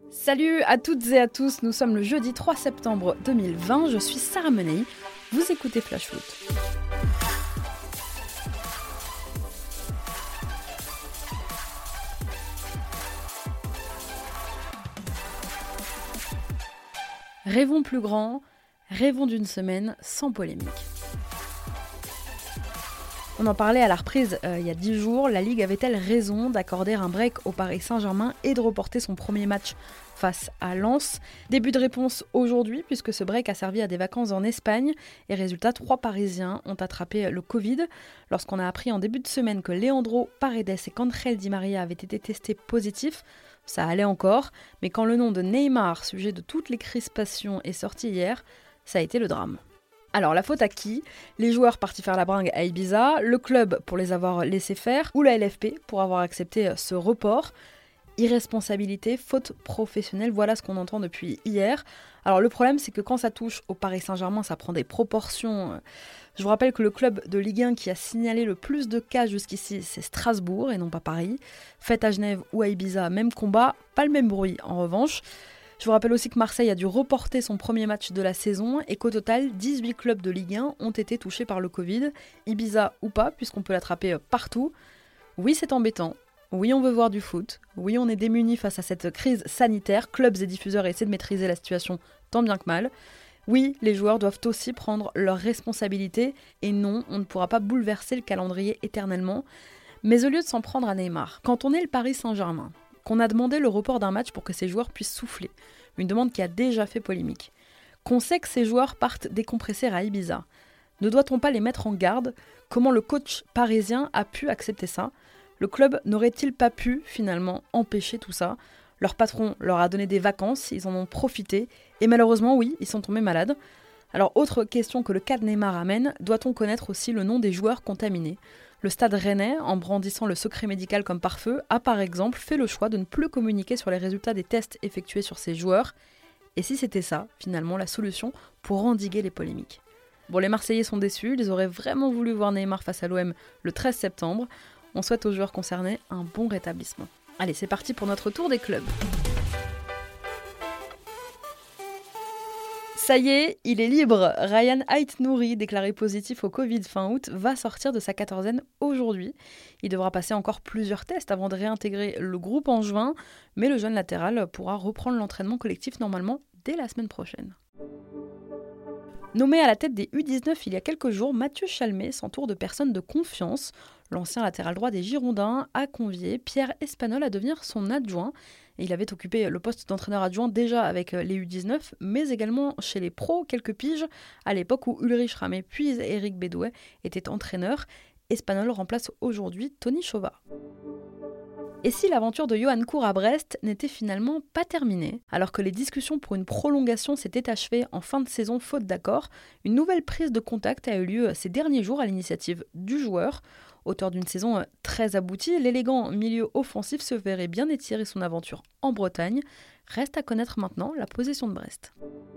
Salut à toutes et à tous, nous sommes le jeudi 3 septembre 2020, je suis Sarah Menei, vous écoutez Flash Foot. Rêvons plus grand, rêvons d'une semaine sans polémique. On en parlait à la reprise il y a 10 jours, la Ligue avait-elle raison d'accorder un break au Paris Saint-Germain et de reporter son premier match face à Lens? Début de réponse aujourd'hui, puisque ce break a servi à des vacances en Espagne. Et résultat, 3 Parisiens ont attrapé le Covid. Lorsqu'on a appris en début de semaine que Leandro Paredes et qu'Angel Di Maria avaient été testés positifs, ça allait encore. Mais quand le nom de Neymar, sujet de toutes les crispations, est sorti hier, ça a été le drame. Alors, la faute à qui? Les joueurs partis faire la bringue à Ibiza, le club pour les avoir laissés faire, ou la LFP pour avoir accepté ce report? Irresponsabilité, faute professionnelle, voilà ce qu'on entend depuis hier. Alors le problème, c'est que quand ça touche au Paris Saint-Germain, ça prend des proportions. Je vous rappelle que le club de Ligue 1 qui a signalé le plus de cas jusqu'ici, c'est Strasbourg et non pas Paris. Faites à Genève ou à Ibiza, même combat, pas le même bruit en revanche. Je vous rappelle aussi que Marseille a dû reporter son premier match de la saison et qu'au total, 18 clubs de Ligue 1 ont été touchés par le Covid, Ibiza ou pas, puisqu'on peut l'attraper partout. Oui, c'est embêtant. Oui, on veut voir du foot. Oui, on est démunis face à cette crise sanitaire. Clubs et diffuseurs essaient de maîtriser la situation tant bien que mal. Oui, les joueurs doivent aussi prendre leurs responsabilités. Et non, on ne pourra pas bouleverser le calendrier éternellement. Mais au lieu de s'en prendre à Neymar, quand on est le Paris Saint-Germain, qu'on a demandé le report d'un match pour que ces joueurs puissent souffler, une demande qui a déjà fait polémique, qu'on sait que ces joueurs partent décompresser à Ibiza, ne doit-on pas les mettre en garde? Comment le coach parisien a pu accepter ça? Le club n'aurait-il pas pu, finalement, empêcher tout ça? Leur patron leur a donné des vacances, ils en ont profité, et malheureusement, oui, ils sont tombés malades. Alors, autre question que le cas de Neymar amène, doit-on connaître aussi le nom des joueurs contaminés? Le Stade Rennais, en brandissant le secret médical comme pare-feu, a par exemple fait le choix de ne plus communiquer sur les résultats des tests effectués sur ces joueurs. Et si c'était ça, finalement, la solution pour endiguer les polémiques? Bon, les Marseillais sont déçus, ils auraient vraiment voulu voir Neymar face à l'OM le 13 septembre. On souhaite aux joueurs concernés un bon rétablissement. Allez, c'est parti pour notre tour des clubs. Ça y est, il est libre. Ryan Aït-Nouri, déclaré positif au Covid fin août, va sortir de sa quatorzaine aujourd'hui. Il devra passer encore plusieurs tests avant de réintégrer le groupe en juin, mais le jeune latéral pourra reprendre l'entraînement collectif normalement dès la semaine prochaine. Nommé à la tête des U19 il y a quelques jours, Mathieu Chalmé s'entoure de personnes de confiance. L'ancien latéral droit des Girondins a convié Pierre Espagnol à devenir son adjoint. Et il avait occupé le poste d'entraîneur adjoint déjà avec les U19, mais également chez les pros quelques piges, à l'époque où Ulrich Ramé puis Eric Bédouet étaient entraîneurs. Espagnol remplace aujourd'hui Tony Chauvat. Et si l'aventure de Yoann Cour à Brest n'était finalement pas terminée? Alors que les discussions pour une prolongation s'étaient achevées en fin de saison faute d'accord, une nouvelle prise de contact a eu lieu ces derniers jours à l'initiative du joueur. Auteur d'une saison très aboutie, l'élégant milieu offensif se verrait bien étirer son aventure en Bretagne. Reste à connaître maintenant la position de Brest.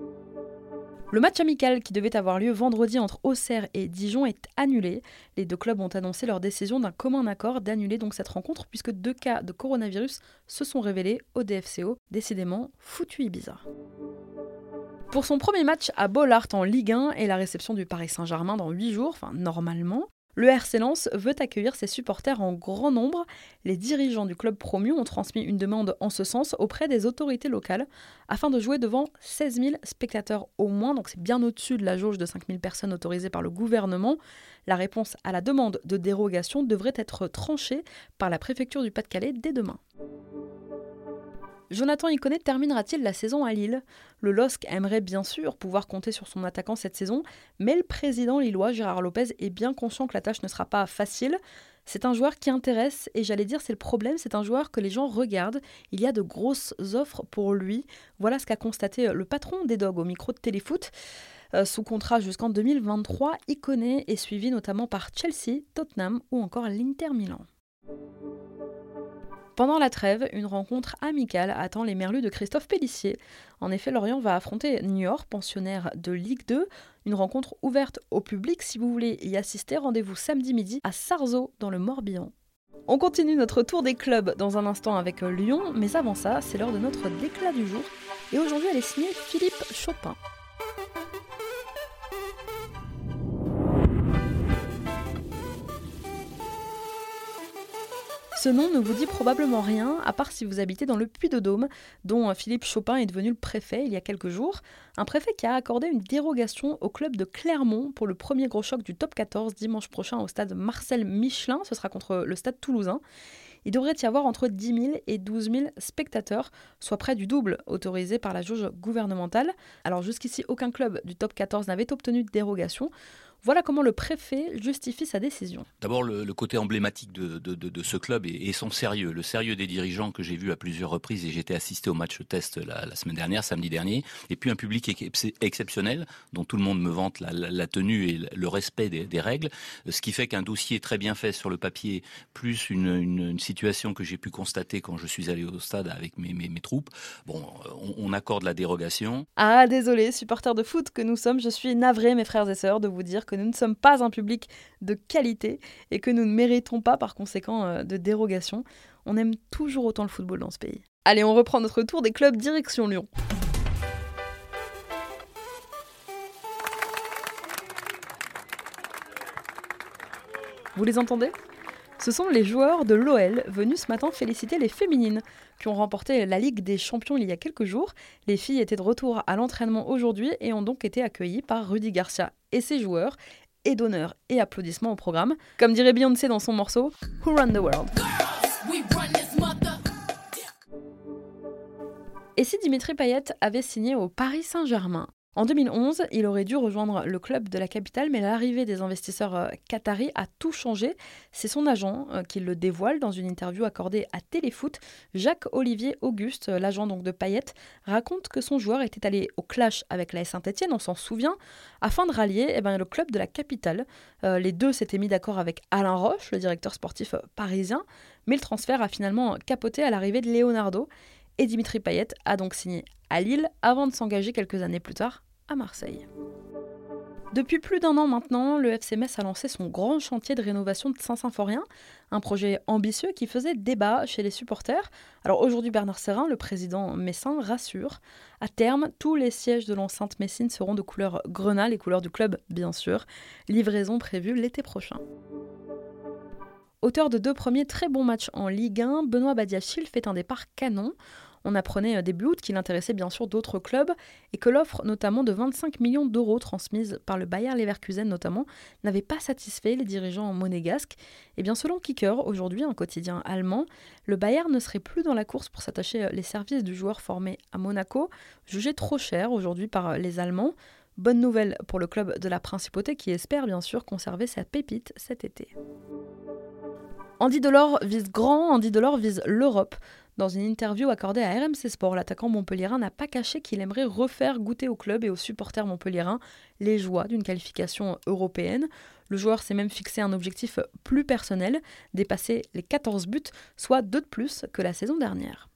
Le match amical qui devait avoir lieu vendredi entre Auxerre et Dijon est annulé. Les deux clubs ont annoncé leur décision d'un commun accord d'annuler donc cette rencontre puisque 2 cas de coronavirus se sont révélés au DFCO. Décidément, foutu Ibiza. Pour son premier match à Bollaert en Ligue 1 et la réception du Paris Saint-Germain dans 8 jours, normalement, le RC Lens veut accueillir ses supporters en grand nombre. Les dirigeants du club promu ont transmis une demande en ce sens auprès des autorités locales afin de jouer devant 16 000 spectateurs au moins, donc c'est bien au-dessus de la jauge de 5 000 personnes autorisées par le gouvernement. La réponse à la demande de dérogation devrait être tranchée par la préfecture du Pas-de-Calais dès demain. Jonathan Iconé terminera-t-il la saison à Lille? Le LOSC aimerait bien sûr pouvoir compter sur son attaquant cette saison, mais le président lillois Gérard Lopez est bien conscient que la tâche ne sera pas facile. C'est un joueur qui intéresse, et j'allais dire c'est le problème, c'est un joueur que les gens regardent. Il y a de grosses offres pour lui. Voilà ce qu'a constaté le patron des Dogs au micro de Téléfoot. Sous contrat jusqu'en 2023, Iconé est suivi notamment par Chelsea, Tottenham ou encore l'Inter Milan. Pendant la trêve, une rencontre amicale attend les Merlus de Christophe Pélissier. En effet, Lorient va affronter Niort, pensionnaire de Ligue 2. Une rencontre ouverte au public. Si vous voulez y assister, rendez-vous samedi midi à Sarzeau, dans le Morbihan. On continue notre tour des clubs dans un instant avec Lyon, mais avant ça, c'est l'heure de notre déclat du jour. Et aujourd'hui, elle est signée Philippe Chopin. Ce nom ne vous dit probablement rien, à part si vous habitez dans le Puy-de-Dôme, dont Philippe Chopin est devenu le préfet il y a quelques jours. Un préfet qui a accordé une dérogation au club de Clermont pour le premier gros choc du top 14 dimanche prochain au stade Marcel Michelin. Ce sera contre le stade toulousain. Il devrait y avoir entre 10 000 et 12 000 spectateurs, soit près du double autorisé par la jauge gouvernementale. Alors jusqu'ici, aucun club du top 14 n'avait obtenu de dérogation. Voilà comment le préfet justifie sa décision. D'abord, le côté emblématique de ce club et son sérieux. Le sérieux des dirigeants que j'ai vu à plusieurs reprises, et j'étais assisté au match test la semaine dernière, samedi dernier, et puis un public exceptionnel, dont tout le monde me vante la tenue et le respect des règles, ce qui fait qu'un dossier très bien fait sur le papier, plus une situation que j'ai pu constater quand je suis allé au stade avec mes troupes, on accorde la dérogation. Ah, désolé, supporters de foot que nous sommes, je suis navré, mes frères et sœurs, de vous dire que nous ne sommes pas un public de qualité et que nous ne méritons pas par conséquent de dérogation. On aime toujours autant le football dans ce pays. Allez, on reprend notre tour des clubs direction Lyon. Vous les entendez ? Ce sont les joueurs de l'OL venus ce matin féliciter les féminines qui ont remporté la Ligue des Champions il y a quelques jours. Les filles étaient de retour à l'entraînement aujourd'hui et ont donc été accueillies par Rudy Garcia et ses joueurs. Et d'honneur et applaudissements au programme. Comme dirait Beyoncé dans son morceau « Who Run the World ». Et si Dimitri Payet avait signé au Paris Saint-Germain ? En 2011, il aurait dû rejoindre le club de la capitale, mais l'arrivée des investisseurs qataris a tout changé. C'est son agent qui le dévoile dans une interview accordée à Téléfoot. Jacques-Olivier Auguste, l'agent donc de Payet, raconte que son joueur était allé au clash avec l'AS Saint-Etienne, on s'en souvient, afin de rallier le club de la capitale. Les deux s'étaient mis d'accord avec Alain Roche, le directeur sportif parisien, mais le transfert a finalement capoté à l'arrivée de Leonardo. Et Dimitri Payet a donc signé à Lille avant de s'engager quelques années plus tard à Marseille. Depuis plus d'un an maintenant, le FC Metz a lancé son grand chantier de rénovation de Saint-Symphorien, un projet ambitieux qui faisait débat chez les supporters. Alors aujourd'hui, Bernard Serin, le président messin, rassure. À terme, tous les sièges de l'enceinte messine seront de couleur grenat, les couleurs du club bien sûr. Livraison prévue l'été prochain. Auteur de 2 premiers très bons matchs en Ligue 1, Benoît Badiachil fait un départ canon. On apprenait début août qu'il intéressait bien sûr d'autres clubs et que l'offre notamment de 25 millions d'euros transmise par le Bayer Leverkusen notamment n'avait pas satisfait les dirigeants monégasques. Et bien selon Kicker, aujourd'hui un quotidien allemand, le Bayer ne serait plus dans la course pour s'attacher les services du joueur formé à Monaco, jugé trop cher aujourd'hui par les Allemands. Bonne nouvelle pour le club de la Principauté qui espère bien sûr conserver sa pépite cet été. Andy Delors vise grand, Andy Delors vise l'Europe. Dans une interview accordée à RMC Sport, l'attaquant montpelliérain n'a pas caché qu'il aimerait refaire goûter au club et aux supporters montpelliérains les joies d'une qualification européenne. Le joueur s'est même fixé un objectif plus personnel, dépasser les 14 buts, soit 2 de plus que la saison dernière.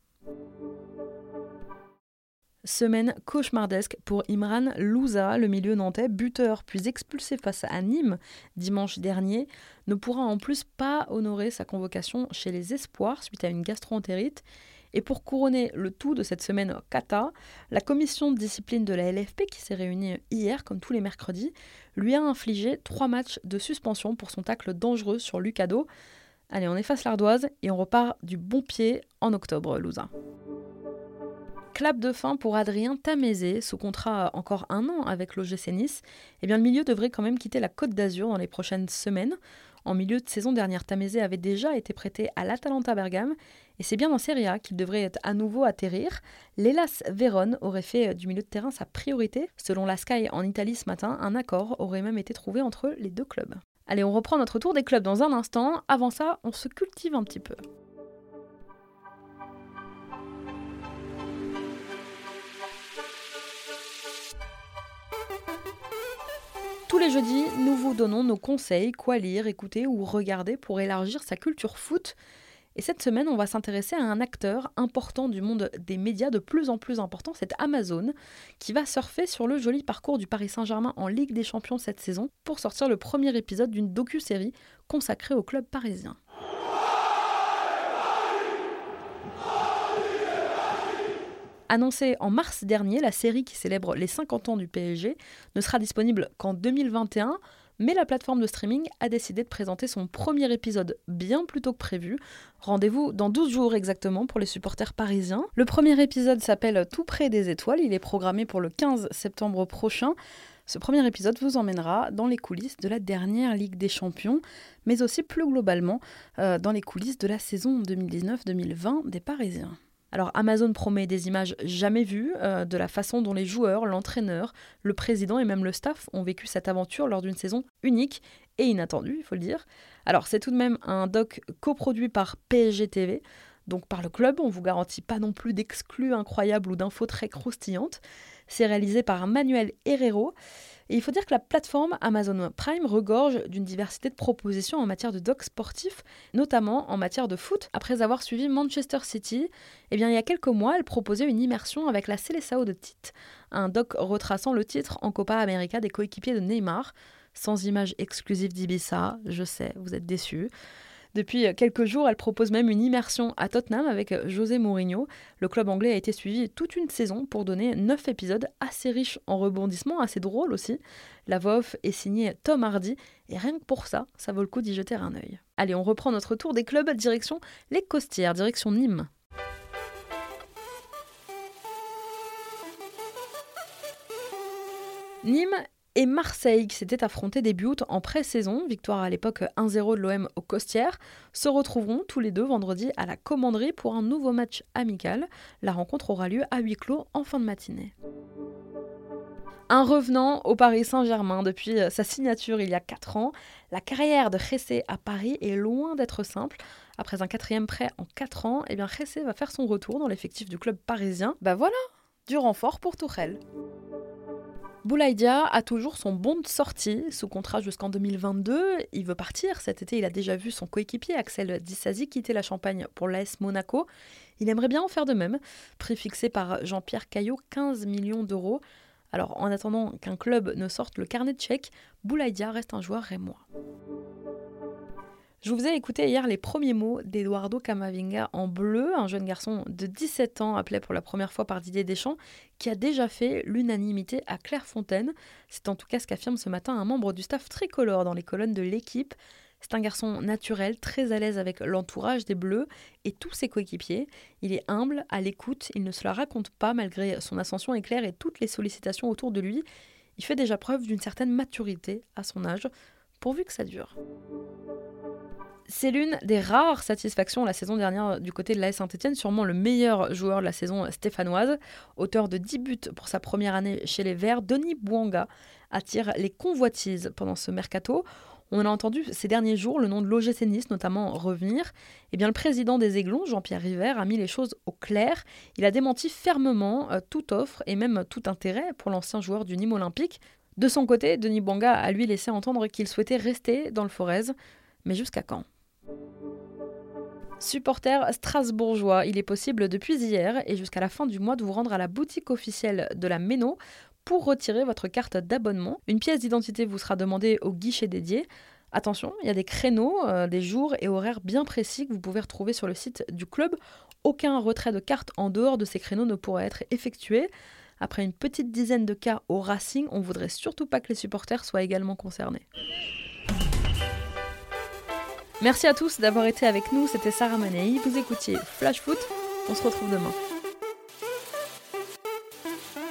Semaine cauchemardesque pour Imran Louza, le milieu nantais, buteur puis expulsé face à Nîmes dimanche dernier, ne pourra en plus pas honorer sa convocation chez les Espoirs suite à une gastro-entérite. Et pour couronner le tout de cette semaine cata, la commission de discipline de la LFP, qui s'est réunie hier comme tous les mercredis, lui a infligé 3 matchs de suspension pour son tacle dangereux sur Lucado. Allez, on efface l'ardoise et on repart du bon pied en octobre, Louza. Clap de fin pour Adrien Tamézé, sous contrat encore 1 an avec l'OGC Nice. Eh bien, le milieu devrait quand même quitter la Côte d'Azur dans les prochaines semaines. En milieu de saison dernière, Tamézé avait déjà été prêté à l'Atalanta Bergame et c'est bien en Serie A qu'il devrait à nouveau atterrir. L'Hellas Vérone aurait fait du milieu de terrain sa priorité. Selon la Sky en Italie ce matin, un accord aurait même été trouvé entre les 2 clubs. Allez, on reprend notre tour des clubs dans un instant. Avant ça, on se cultive un petit peu. Tous les jeudis, nous vous donnons nos conseils, quoi lire, écouter ou regarder pour élargir sa culture foot. Et cette semaine, on va s'intéresser à un acteur important du monde des médias, de plus en plus important, c'est Amazon, qui va surfer sur le joli parcours du Paris Saint-Germain en Ligue des Champions cette saison pour sortir le premier épisode d'une docu-série consacrée au club parisien. Annoncée en mars dernier, la série qui célèbre les 50 ans du PSG ne sera disponible qu'en 2021, mais la plateforme de streaming a décidé de présenter son premier épisode bien plus tôt que prévu. Rendez-vous dans 12 jours exactement pour les supporters parisiens. Le premier épisode s'appelle Tout près des étoiles, il est programmé pour le 15 septembre prochain. Ce premier épisode vous emmènera dans les coulisses de la dernière Ligue des Champions, mais aussi plus globalement dans les coulisses de la saison 2019-2020 des Parisiens. Alors Amazon promet des images jamais vues de la façon dont les joueurs, l'entraîneur, le président et même le staff ont vécu cette aventure lors d'une saison unique et inattendue, il faut le dire. Alors c'est tout de même un doc coproduit par PSG TV, donc par le club, on ne vous garantit pas non plus d'exclus incroyables ou d'infos très croustillantes. C'est réalisé par Manuel Herrero. Et il faut dire que la plateforme Amazon Prime regorge d'une diversité de propositions en matière de docs sportifs, notamment en matière de foot. Après avoir suivi Manchester City, il y a quelques mois, elle proposait une immersion avec la Seleção de Tite, un doc retraçant le titre en Copa América des coéquipiers de Neymar, sans images exclusives d'Ibiza, je sais, vous êtes déçus. Depuis quelques jours, elle propose même une immersion à Tottenham avec José Mourinho. Le club anglais a été suivi toute une saison pour donner 9 épisodes assez riches en rebondissements, assez drôles aussi. La voix off est signée Tom Hardy et rien que pour ça, ça vaut le coup d'y jeter un œil. Allez, on reprend notre tour des clubs, direction les Costières, direction Nîmes. Nîmes et Marseille, qui s'étaient affrontés début août en pré-saison, victoire à l'époque 1-0 de l'OM aux Costières, se retrouveront tous les deux vendredi à la Commanderie pour un nouveau match amical. La rencontre aura lieu à huis clos en fin de matinée. Un revenant au Paris Saint-Germain depuis sa signature il y a 4 ans, la carrière de Jessé à Paris est loin d'être simple. Après un 4e prêt en 4 ans, Jessé va faire son retour dans l'effectif du club parisien. Voilà, du renfort pour Tuchel. Boulaïdia a toujours son bon de sortie, sous contrat jusqu'en 2022. Il veut partir. Cet été, il a déjà vu son coéquipier Axel Disasi quitter la Champagne pour l'AS Monaco. Il aimerait bien en faire de même. Prix fixé par Jean-Pierre Caillot, 15 millions d'euros. Alors, en attendant qu'un club ne sorte le carnet de chèques, Boulaïdia reste un joueur rémois. Je vous ai écouté hier les premiers mots d'Eduardo Camavinga en bleu, un jeune garçon de 17 ans appelé pour la première fois par Didier Deschamps, qui a déjà fait l'unanimité à Clairefontaine. C'est en tout cas ce qu'affirme ce matin un membre du staff tricolore dans les colonnes de l'équipe. C'est un garçon naturel, très à l'aise avec l'entourage des Bleus et tous ses coéquipiers. Il est humble, à l'écoute, il ne se la raconte pas malgré son ascension éclair et toutes les sollicitations autour de lui. Il fait déjà preuve d'une certaine maturité à son âge, pourvu que ça dure. C'est l'une des rares satisfactions la saison dernière du côté de l'AS Saint-Etienne, sûrement le meilleur joueur de la saison stéphanoise. Auteur de 10 buts pour sa première année chez les Verts, Denis Bouanga attire les convoitises pendant ce mercato. On a entendu ces derniers jours le nom de l'OGC Nice notamment revenir. Le président des Aiglons, Jean-Pierre River, a mis les choses au clair. Il a démenti fermement toute offre et même tout intérêt pour l'ancien joueur du Nîmes Olympique. De son côté, Denis Bouanga a lui laissé entendre qu'il souhaitait rester dans le Forez. Mais jusqu'à quand ? Supporter strasbourgeois, il est possible depuis hier et jusqu'à la fin du mois de vous rendre à la boutique officielle de la Méno pour retirer votre carte d'abonnement. Une pièce d'identité vous sera demandée au guichet dédié. Attention, il y a des créneaux, des jours et horaires bien précis que vous pouvez retrouver sur le site du club. Aucun retrait de carte en dehors de ces créneaux ne pourra être effectué. Après une petite dizaine de cas au Racing, on ne voudrait surtout pas que les supporters soient également concernés. Merci à tous d'avoir été avec nous, c'était Sarah Manei, vous écoutiez Flash Foot, on se retrouve demain.